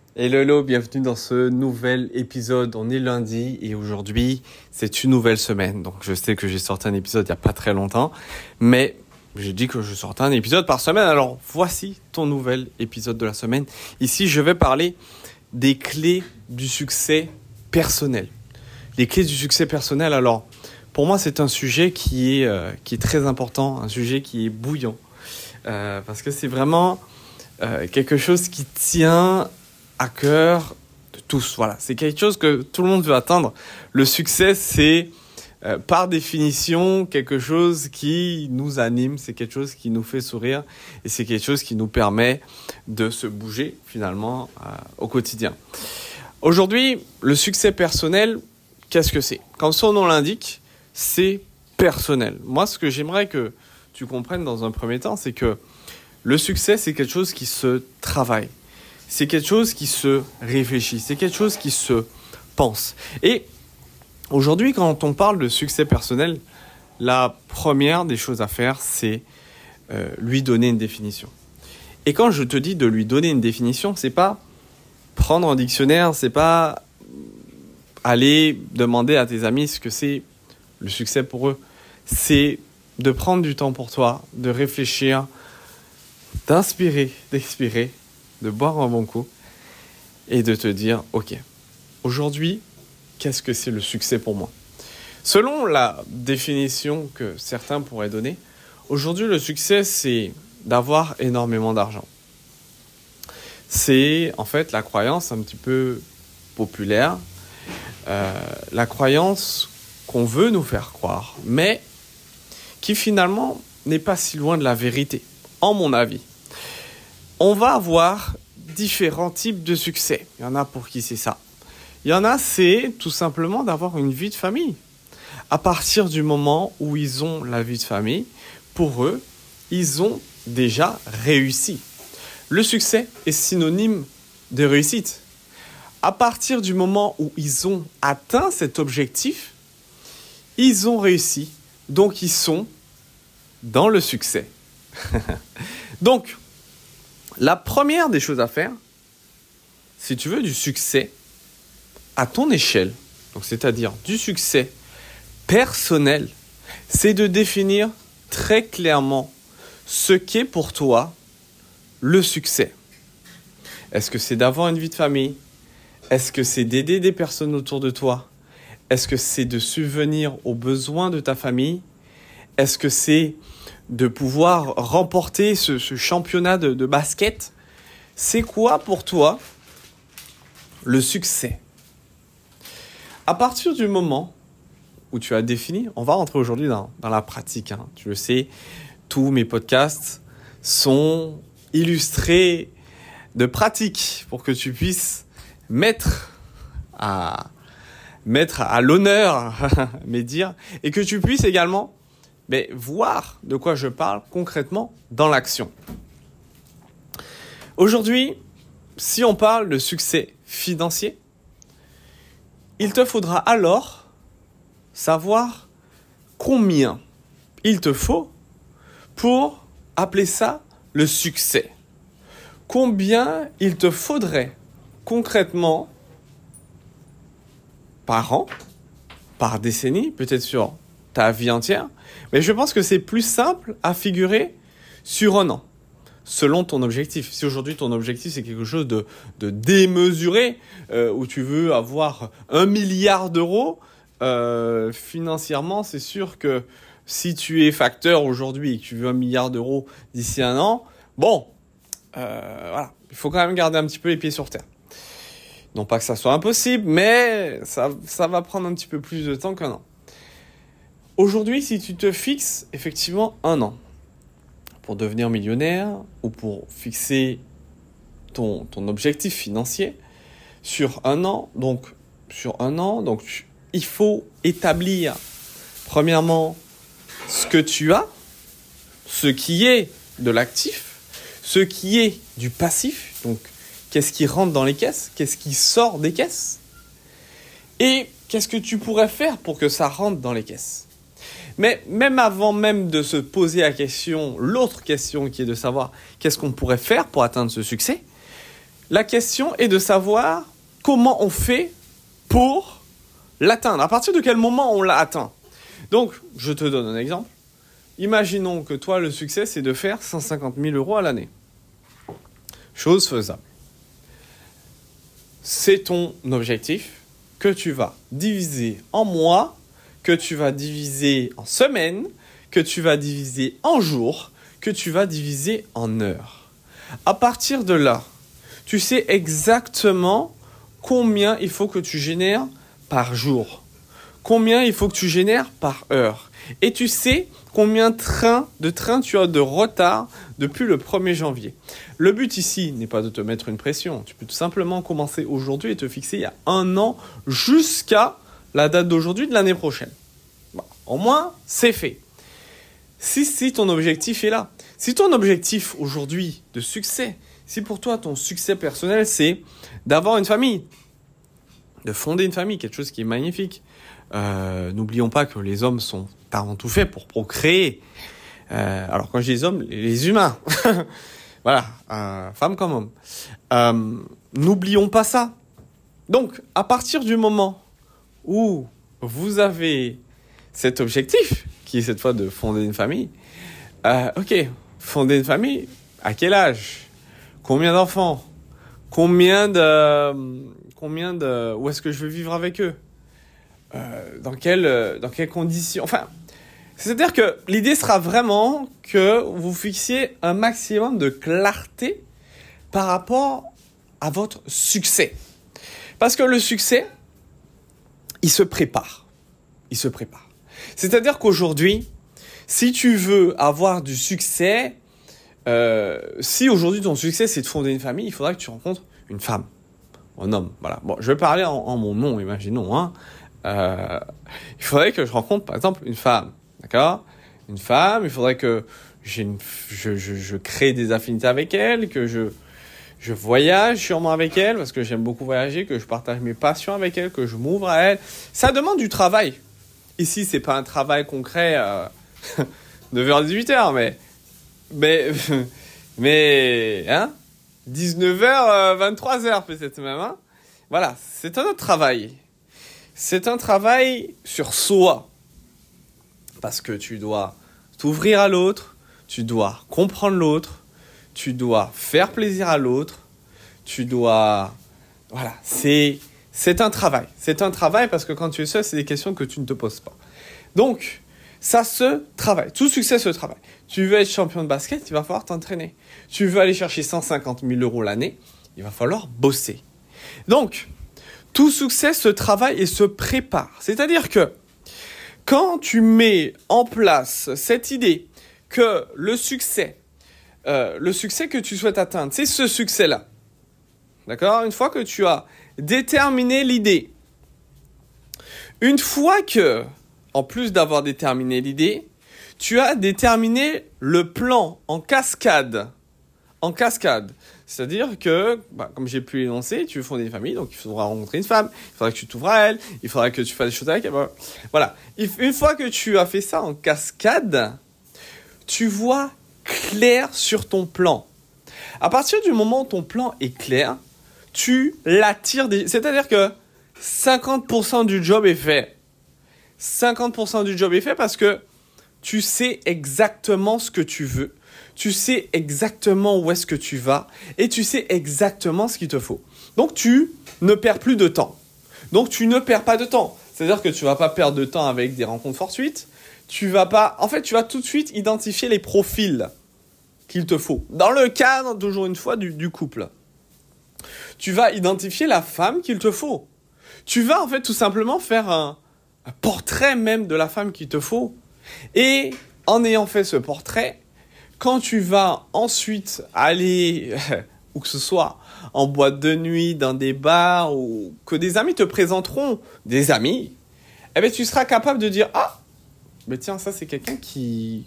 Hello, bienvenue dans ce nouvel épisode. On est lundi et aujourd'hui, c'est une nouvelle semaine. Donc, je sais que j'ai sorti un épisode il n'y a pas très longtemps, mais j'ai dit que je sortais un épisode par semaine. Alors, voici ton nouvel épisode de la semaine. Ici, je vais parler des clés du succès personnel. Les clés du succès personnel, alors, pour moi, c'est un sujet qui est très important, un sujet qui est bouillant. Parce que c'est vraiment quelque chose qui tient à cœur de tous. Voilà, c'est quelque chose que tout le monde veut atteindre. Le succès, c'est par définition quelque chose qui nous anime, c'est quelque chose qui nous fait sourire et c'est quelque chose qui nous permet de se bouger finalement au quotidien. Aujourd'hui, le succès personnel, qu'est-ce que c'est ? Comme son nom l'indique, c'est personnel. Moi, ce que j'aimerais que tu comprennes dans un premier temps, c'est que le succès, c'est quelque chose qui se travaille. C'est quelque chose qui se réfléchit, c'est quelque chose qui se pense. Et aujourd'hui, quand on parle de succès personnel, la première des choses à faire, c'est lui donner une définition. Et quand je te dis de lui donner une définition, c'est pas prendre un dictionnaire, c'est pas aller demander à tes amis ce que c'est le succès pour eux. C'est de prendre du temps pour toi, de réfléchir, d'inspirer, d'expirer, de boire un bon coup et de te dire, ok, aujourd'hui, qu'est-ce que c'est le succès pour moi ? Selon la définition que certains pourraient donner, aujourd'hui, le succès, c'est d'avoir énormément d'argent. C'est en fait la croyance un petit peu populaire, la croyance qu'on veut nous faire croire, mais qui finalement n'est pas si loin de la vérité, en mon avis. On va avoir différents types de succès. Il y en a pour qui c'est ça. Il y en a, c'est tout simplement d'avoir une vie de famille. À partir du moment où ils ont la vie de famille, pour eux, ils ont déjà réussi. Le succès est synonyme de réussite. À partir du moment où ils ont atteint cet objectif, ils ont réussi. Donc, ils sont dans le succès. Donc, la première des choses à faire, si tu veux du succès à ton échelle, donc c'est-à-dire du succès personnel, c'est de définir très clairement ce qu'est pour toi le succès. Est-ce que c'est d'avoir une vie de famille ? Est-ce que c'est d'aider des personnes autour de toi ? Est-ce que c'est de subvenir aux besoins de ta famille ? Est-ce que c'est de pouvoir remporter ce championnat de basket? C'est quoi pour toi le succès? À partir du moment où tu as défini, on va rentrer aujourd'hui dans la pratique. Tu le sais, tous mes podcasts sont illustrés de pratiques pour que tu puisses mettre à l'honneur mes dires et que tu puisses également voir de quoi je parle concrètement dans l'action. Aujourd'hui, si on parle de succès financier, il te faudra alors savoir combien il te faut pour appeler ça le succès. Combien il te faudrait concrètement par an, par décennie, peut-être sur ta vie entière, mais je pense que c'est plus simple à figurer sur un an, selon ton objectif. Si aujourd'hui ton objectif c'est quelque chose de démesuré, où tu veux avoir 1 milliard d'euros, financièrement, c'est sûr que si tu es facteur aujourd'hui et que tu veux 1 milliard d'euros d'ici un an, voilà, il faut quand même garder un petit peu les pieds sur terre. Non pas que ça soit impossible, mais ça va prendre un petit peu plus de temps qu'un an. Aujourd'hui, si tu te fixes effectivement un an pour devenir millionnaire ou pour fixer ton objectif financier sur un an, donc il faut établir premièrement ce que tu as, ce qui est de l'actif, ce qui est du passif, donc qu'est-ce qui rentre dans les caisses, qu'est-ce qui sort des caisses et qu'est-ce que tu pourrais faire pour que ça rentre dans les caisses. Mais même avant même de se poser la question, l'autre question qui est de savoir qu'est-ce qu'on pourrait faire pour atteindre ce succès, La question est de savoir comment on fait pour l'atteindre. À partir de quel moment on l'a atteint. Donc, je te donne un exemple. Imaginons que toi, le succès, c'est de faire 150 000 euros à l'année. Chose faisable. C'est ton objectif que tu vas diviser en mois, que tu vas diviser en semaines, que tu vas diviser en jours, que tu vas diviser en heures. À partir de là, tu sais exactement combien il faut que tu génères par jour, combien il faut que tu génères par heure. Et tu sais combien de train tu as de retard depuis le 1er janvier. Le but ici n'est pas de te mettre une pression. Tu peux tout simplement commencer aujourd'hui et te fixer il y a 1 an jusqu'à la date d'aujourd'hui de l'année prochaine. Bon, au moins, c'est fait. Si ton objectif est là, si ton objectif aujourd'hui de succès, si pour toi ton succès personnel c'est d'avoir une famille, de fonder une famille, quelque chose qui est magnifique. N'oublions pas que les hommes sont avant tout faits pour procréer. Alors quand je dis les hommes, les humains. Voilà, femmes comme hommes. N'oublions pas ça. Donc, à partir du moment où vous avez cet objectif, qui est cette fois de fonder une famille, ok, fonder une famille, à quel âge? Combien d'enfants? Où est-ce que je veux vivre avec eux? Dans quelles conditions? Enfin, c'est-à-dire que l'idée sera vraiment que vous fixiez un maximum de clarté par rapport à votre succès. Parce que le succès, il se prépare. C'est-à-dire qu'aujourd'hui, si tu veux avoir du succès, si aujourd'hui ton succès c'est de fonder une famille, il faudra que tu rencontres une femme, un homme. Voilà. Bon, je vais parler en mon nom, imaginons. Hein. Il faudrait que je rencontre par exemple une femme, d'accord ? Une femme, il faudrait que je crée des affinités avec elle, que je voyage sûrement avec elle, parce que j'aime beaucoup voyager, que je partage mes passions avec elle, que je m'ouvre à elle. Ça demande du travail. Ici, c'est pas un travail concret 9h, 18h, mais hein, 19h, 23h peut-être même. Hein. Voilà, c'est un autre travail. C'est un travail sur soi. Parce que tu dois t'ouvrir à l'autre, tu dois comprendre l'autre, tu dois faire plaisir à l'autre, tu dois... Voilà, c'est un travail. C'est un travail parce que quand tu es seul, c'est des questions que tu ne te poses pas. Donc, ça se travaille. Tout succès se travaille. Tu veux être champion de basket, il va falloir t'entraîner. Tu veux aller chercher 150 000 euros l'année, il va falloir bosser. Donc, tout succès se travaille et se prépare. C'est-à-dire que quand tu mets en place cette idée que le succès que tu souhaites atteindre, c'est ce succès-là. D'accord ? Une fois que tu as déterminé l'idée, une fois que, en plus d'avoir déterminé l'idée, tu as déterminé le plan en cascade. En cascade. C'est-à-dire que, comme j'ai pu l'énoncer, tu veux fonder une famille, donc il faudra rencontrer une femme, il faudra que tu t'ouvres à elle, il faudra que tu fasses des choses avec elle. Voilà. Une fois que tu as fait ça en cascade, tu vois clair sur ton plan. À partir du moment où ton plan est clair, tu l'attires. C'est-à-dire que 50% du job est fait. 50% du job est fait parce que tu sais exactement ce que tu veux. Tu sais exactement où est-ce que tu vas et tu sais exactement ce qu'il te faut. Donc, tu ne perds plus de temps. Donc, tu ne perds pas de temps. C'est-à-dire que tu ne vas pas perdre de temps avec des rencontres fortuites. Tu vas tout de suite identifier les profils qu'il te faut. Dans le cadre, toujours une fois, du couple. Tu vas identifier la femme qu'il te faut. Tu vas, en fait, tout simplement faire un portrait même de la femme qu'il te faut. Et en ayant fait ce portrait, quand tu vas ensuite aller, où que ce soit, en boîte de nuit, dans des bars, ou que des amis te présenteront des amis, eh bien, tu seras capable de dire « Ah, mais tiens, ça, c'est quelqu'un qui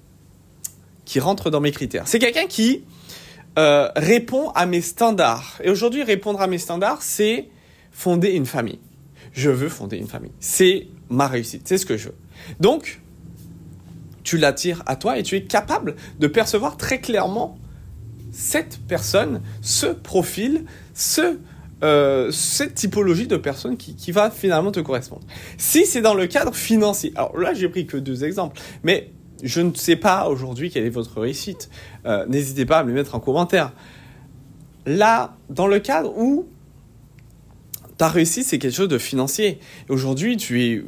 rentre dans mes critères. C'est quelqu'un qui répond à mes standards. » Et aujourd'hui, répondre à mes standards, c'est fonder une famille. Je veux fonder une famille. C'est ma réussite. C'est ce que je veux. Donc, tu l'attires à toi et tu es capable de percevoir très clairement cette personne, ce profil, cette typologie de personne qui va finalement te correspondre. Si c'est dans le cadre financier, alors là j'ai pris que 2 exemples, mais je ne sais pas aujourd'hui quelle est votre réussite. N'hésitez pas à me les mettre en commentaire. Là, dans le cadre où ta réussite, c'est quelque chose de financier. Et aujourd'hui, tu es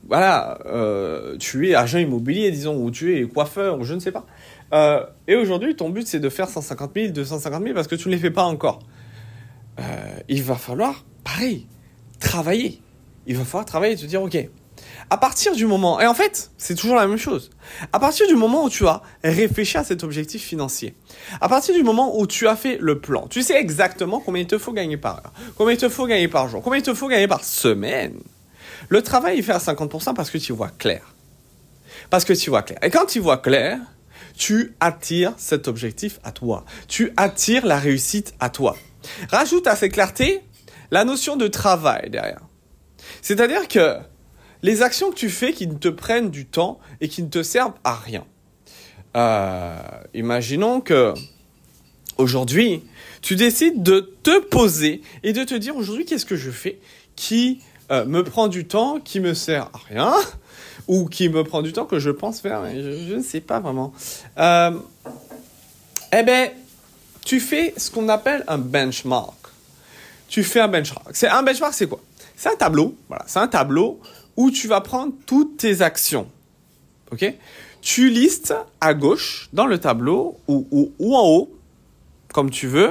agent immobilier, disons, ou tu es coiffeur, ou je ne sais pas. Et aujourd'hui, ton but, c'est de faire 150 000, 250 000 parce que tu ne les fais pas encore. Il va falloir, pareil, travailler. Il va falloir travailler et te dire, ok, à partir du moment, et en fait, c'est toujours la même chose. À partir du moment où tu as réfléchi à cet objectif financier, à partir du moment où tu as fait le plan, tu sais exactement combien il te faut gagner par heure, combien il te faut gagner par jour, combien il te faut gagner par semaine. Le travail, il fait à 50% parce que tu vois clair. Parce que tu vois clair. Et quand tu vois clair, tu attires cet objectif à toi. Tu attires la réussite à toi. Rajoute à cette clarté la notion de travail derrière. C'est-à-dire que les actions que tu fais qui te prennent du temps et qui ne te servent à rien. Imaginons que aujourd'hui, tu décides de te poser et de te dire aujourd'hui qu'est-ce que je fais qui me prend du temps, qui me sert à rien ou qui me prend du temps que je pense faire, mais je ne sais pas vraiment. Tu fais ce qu'on appelle un benchmark. Tu fais un benchmark. Un benchmark, c'est quoi? C'est un tableau. Voilà, c'est un tableau où tu vas prendre toutes tes actions. Ok? Tu listes à gauche dans le tableau ou en haut, comme tu veux.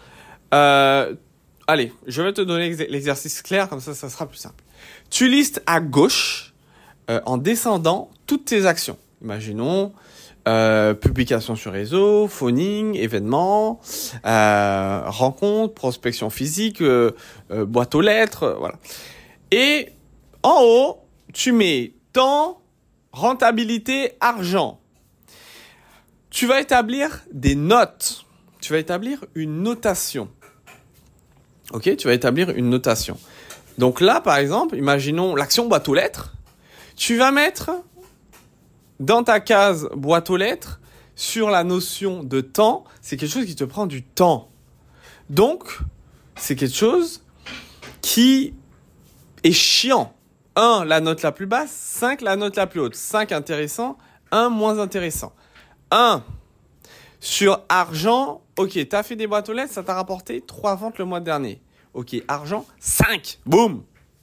Allez, je vais te donner l'exercice clair, comme ça sera plus simple. Tu listes à gauche, en descendant, toutes tes actions. Imaginons publication sur réseau, phoning, événements, rencontres, prospection physique, boîte aux lettres, voilà. Et en haut, tu mets temps, rentabilité, argent. Tu vas établir des notes. Tu vas établir une notation. Ok, tu vas établir une notation. Donc là, par exemple, imaginons l'action boîte aux lettres. Tu vas mettre dans ta case boîte aux lettres, sur la notion de temps, c'est quelque chose qui te prend du temps. Donc, c'est quelque chose qui est chiant. 1, la note la plus basse. 5, la note la plus haute. 5, intéressant. 1, moins intéressant. 1, sur argent, ok, t'as fait des boîtes aux lettres, ça t'a rapporté 3 ventes le mois dernier. Ok, argent, 5, boum.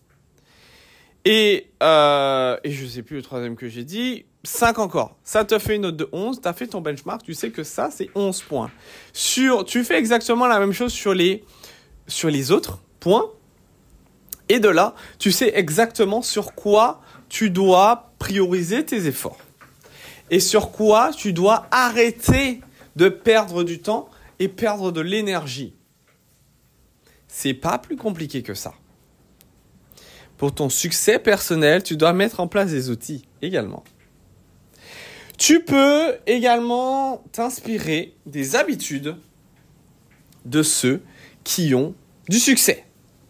Et je sais plus le troisième que j'ai dit, 5 encore. Ça te fait une note de 11, t'as fait ton benchmark, tu sais que ça, c'est 11 points. Tu fais exactement la même chose sur les autres points. Et de là, tu sais exactement sur quoi tu dois prioriser tes efforts. Et sur quoi tu dois arrêter de perdre du temps et perdre de l'énergie. C'est pas plus compliqué que ça. Pour ton succès personnel, tu dois mettre en place des outils également. Tu peux également t'inspirer des habitudes de ceux qui ont du succès.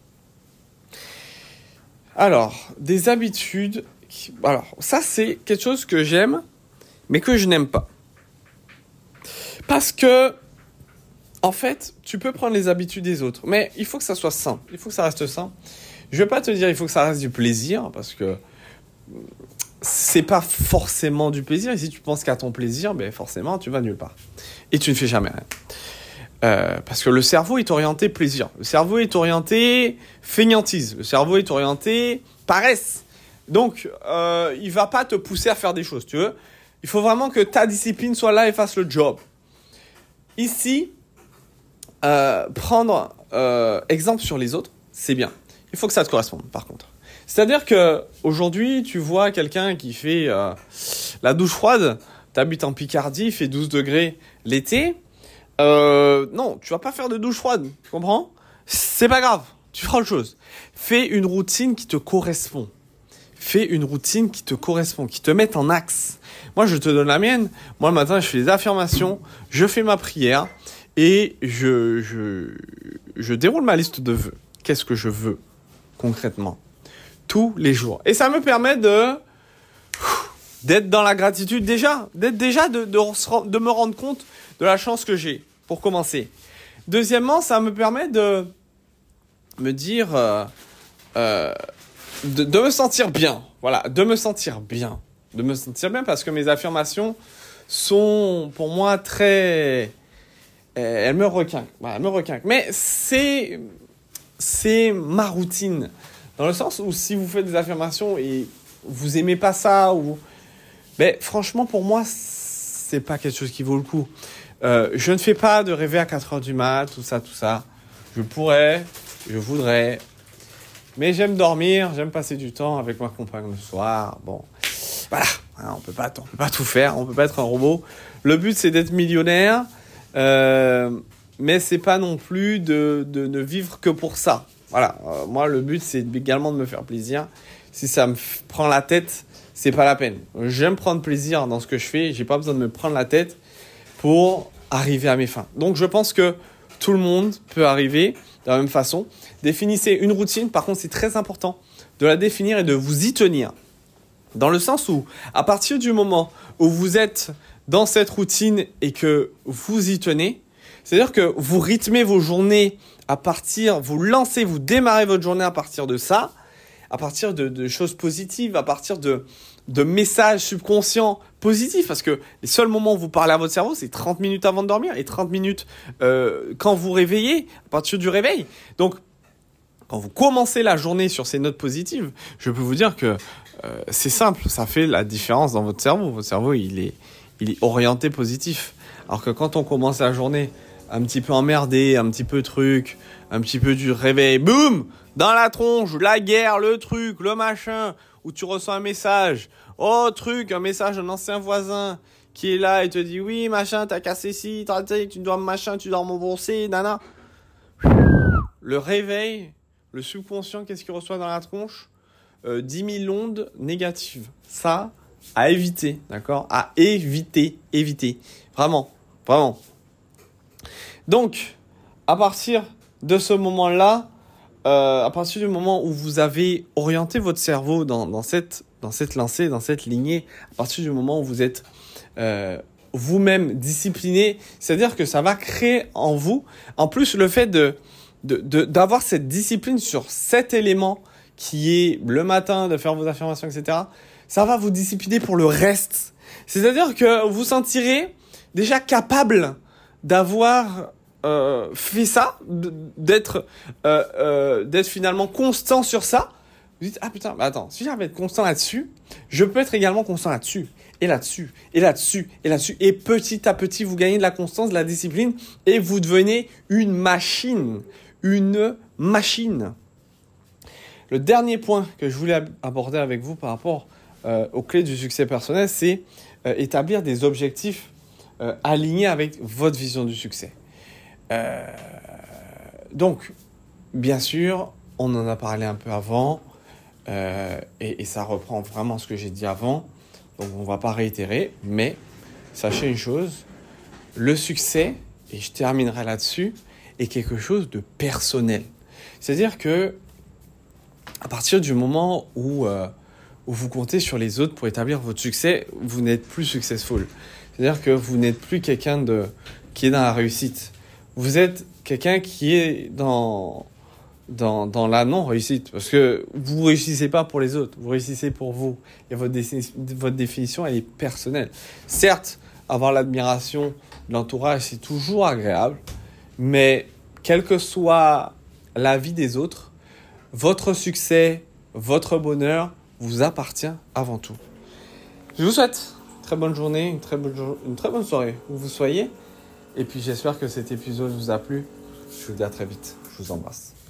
Alors, des habitudes... Alors, ça, c'est quelque chose que j'aime, mais que je n'aime pas. Parce que, en fait, tu peux prendre les habitudes des autres, mais il faut que ça soit sain. Il faut que ça reste sain. Je vais pas te dire il faut que ça reste du plaisir, parce que c'est pas forcément du plaisir. Et si tu penses qu'à ton plaisir, ben forcément, tu vas nulle part. Et tu ne fais jamais rien. Parce que le cerveau est orienté plaisir. Le cerveau est orienté fainéantise. Le cerveau est orienté paresse. Donc, il va pas te pousser à faire des choses, tu veux. Il faut vraiment que ta discipline soit là et fasse le job. Ici, prendre exemple sur les autres, c'est bien. Il faut que ça te corresponde, par contre. C'est-à-dire que aujourd'hui, tu vois quelqu'un qui fait la douche froide. T'habites en Picardie, il fait 12 degrés l'été. Non, tu vas pas faire de douche froide, tu comprends? C'est pas grave, tu feras autre chose. Fais une routine qui te correspond. Fais une routine qui te correspond, qui te mette en axe. Moi, je te donne la mienne. Moi, le matin, je fais des affirmations, je fais ma prière et je déroule ma liste de vœux. Qu'est-ce que je veux concrètement tous les jours? Et ça me permet d'être dans la gratitude de me rendre compte de la chance que j'ai. pour commencer. Deuxièmement, ça me permet de me dire, de me sentir bien. Voilà, de me sentir bien parce que mes affirmations sont pour moi très... elles me requinquent. Voilà, elles me requinquent. Mais c'est ma routine. Dans le sens où si vous faites des affirmations et vous aimez pas ça, franchement, pour moi, c'est pas quelque chose qui vaut le coup. Je ne fais pas de rêver à 4h du mat, tout ça. Je pourrais, je voudrais. Mais j'aime dormir, j'aime passer du temps avec ma compagne le soir. Bon, voilà, on peut pas tout faire, on peut pas être un robot. Le but, c'est d'être millionnaire, mais c'est pas non plus de ne vivre que pour ça. Voilà, moi, le but, c'est également de me faire plaisir. Si ça me prend la tête, c'est pas la peine. J'aime prendre plaisir dans ce que je fais, j'ai pas besoin de me prendre la tête pour arriver à mes fins. Donc, je pense que tout le monde peut arriver de la même façon. Définissez une routine. Par contre, c'est très important de la définir et de vous y tenir. Dans le sens où, à partir du moment où vous êtes dans cette routine et que vous y tenez, c'est-à-dire que vous rythmez vos journées vous démarrez votre journée à partir de ça, à partir de choses positives, à partir de messages subconscients positifs, parce que les seuls moments où vous parlez à votre cerveau, c'est 30 minutes avant de dormir et 30 minutes quand vous réveillez, à partir du réveil. Donc, quand vous commencez la journée sur ces notes positives, je peux vous dire que c'est simple, ça fait la différence dans votre cerveau. Votre cerveau, il est orienté positif. Alors que quand on commence la journée un petit peu emmerdé, un petit peu truc, un petit peu du réveil, boum, dans la tronche, la guerre, le truc, le machin, où tu reçois un message, un message d'un ancien voisin qui est là et te dit oui, machin, t'as cassé ci, tu dois machin, tu dois rembourser, nana. Le réveil, le subconscient, qu'est-ce qu'il reçoit dans la tronche ? 10 000 ondes négatives. Ça, à éviter, d'accord ? À éviter. Vraiment. Donc, à partir de ce moment-là, à partir du moment où vous avez orienté votre cerveau dans cette lancée, dans cette lignée, à partir du moment où vous êtes vous-même discipliné, c'est-à-dire que ça va créer en vous, en plus le fait d'avoir cette discipline sur cet élément qui est le matin, de faire vos affirmations, etc., ça va vous discipliner pour le reste. C'est-à-dire que vous sentirez déjà capable d'avoir fait ça, d'être finalement constant sur ça. Vous dites, ah putain, mais attends, si j'arrive à être constant là-dessus, je peux être également constant là-dessus, et là-dessus, et là-dessus, et là-dessus. Et petit à petit, vous gagnez de la constance, de la discipline, et vous devenez une machine. Le dernier point que je voulais aborder avec vous par rapport aux clés du succès personnel, c'est établir des objectifs alignés avec votre vision du succès. Donc, bien sûr, on en a parlé un peu avant, et ça reprend vraiment ce que j'ai dit avant, donc on ne va pas réitérer, mais sachez une chose, le succès, et je terminerai là-dessus, est quelque chose de personnel. C'est-à-dire que à partir du moment où vous comptez sur les autres pour établir votre succès, vous n'êtes plus successful. C'est-à-dire que vous n'êtes plus quelqu'un qui est dans la réussite. Vous êtes quelqu'un qui est dans la non-réussite. Parce que vous ne réussissez pas pour les autres, vous réussissez pour vous. Et votre définition, elle est personnelle. Certes, avoir l'admiration de l'entourage, c'est toujours agréable. Mais quelle que soit la vie des autres, votre succès, votre bonheur vous appartient avant tout. Je vous souhaite une très bonne journée, une très bonne soirée où vous soyez. Et puis j'espère que cet épisode vous a plu. Je vous dis à très vite. Je vous embrasse.